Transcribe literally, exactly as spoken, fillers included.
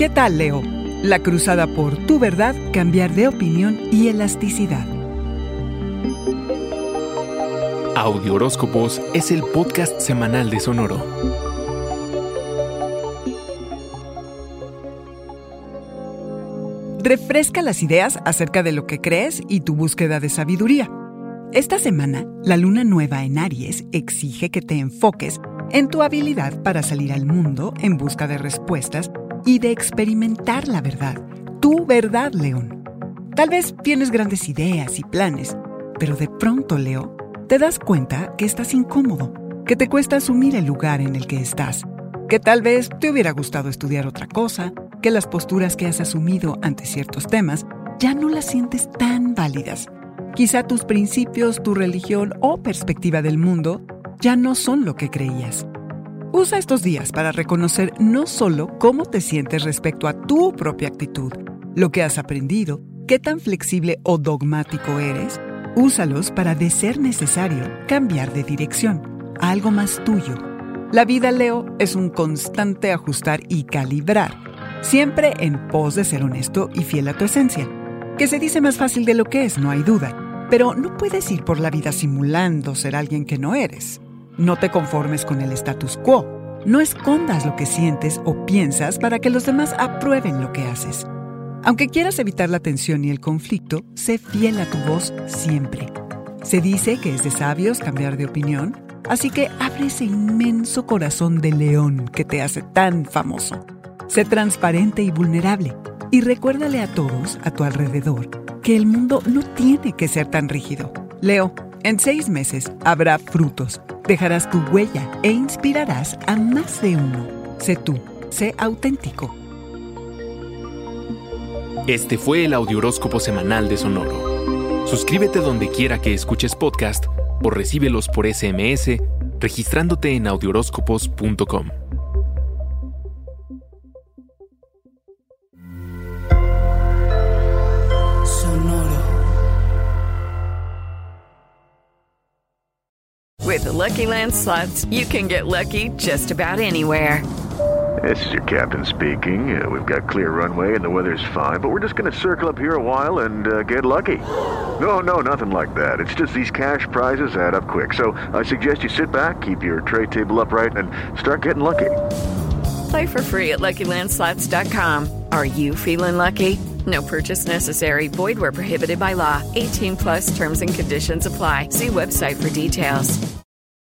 ¿Qué tal, Leo? La cruzada por tu verdad, cambiar de opinión y elasticidad. Audio Horóscopos es el podcast semanal de Sonoro. Refresca las ideas acerca de lo que crees y tu búsqueda de sabiduría. Esta semana, la luna nueva en Aries exige que te enfoques en tu habilidad para salir al mundo en busca de respuestas y de experimentar la verdad, tu verdad, León. Tal vez tienes grandes ideas y planes, pero de pronto, Leo, te das cuenta que estás incómodo, que te cuesta asumir el lugar en el que estás, que tal vez te hubiera gustado estudiar otra cosa, que las posturas que has asumido ante ciertos temas ya no las sientes tan válidas. Quizá tus principios, tu religión o perspectiva del mundo ya no son lo que creías. Usa estos días para reconocer no solo cómo te sientes respecto a tu propia actitud, lo que has aprendido, qué tan flexible o dogmático eres. Úsalos para, de ser necesario, cambiar de dirección a algo más tuyo. La vida, Leo, es un constante ajustar y calibrar, siempre en pos de ser honesto y fiel a tu esencia. Que se dice más fácil de lo que es, no hay duda, pero no puedes ir por la vida simulando ser alguien que no eres. No te conformes con el status quo. No escondas lo que sientes o piensas para que los demás aprueben lo que haces. Aunque quieras evitar la tensión y el conflicto, sé fiel a tu voz siempre. Se dice que es de sabios cambiar de opinión, así que abre ese inmenso corazón de león que te hace tan famoso. Sé transparente y vulnerable y recuérdale a todos a tu alrededor que el mundo no tiene que ser tan rígido. Leo, en seis meses habrá frutos, dejarás tu huella e inspirarás a más de uno. Sé tú, sé auténtico. Este fue el Audio Horóscopo semanal de Sonoro. Suscríbete donde quiera que escuches podcast o recíbelos por ese eme ese registrándote en audio horóscopos punto com. With the Lucky Land Slots, you can get lucky just about anywhere. This is your captain speaking. Uh, we've got clear runway and the weather's fine, but we're just going to circle up here a while and uh, get lucky. No, no, nothing like that. It's just these cash prizes add up quick. So I suggest you sit back, keep your tray table upright, and start getting lucky. Play for free at lucky land slots dot com. Are you feeling lucky? No purchase necessary. Void where prohibited by law. eighteen plus terms and conditions apply. See website for details.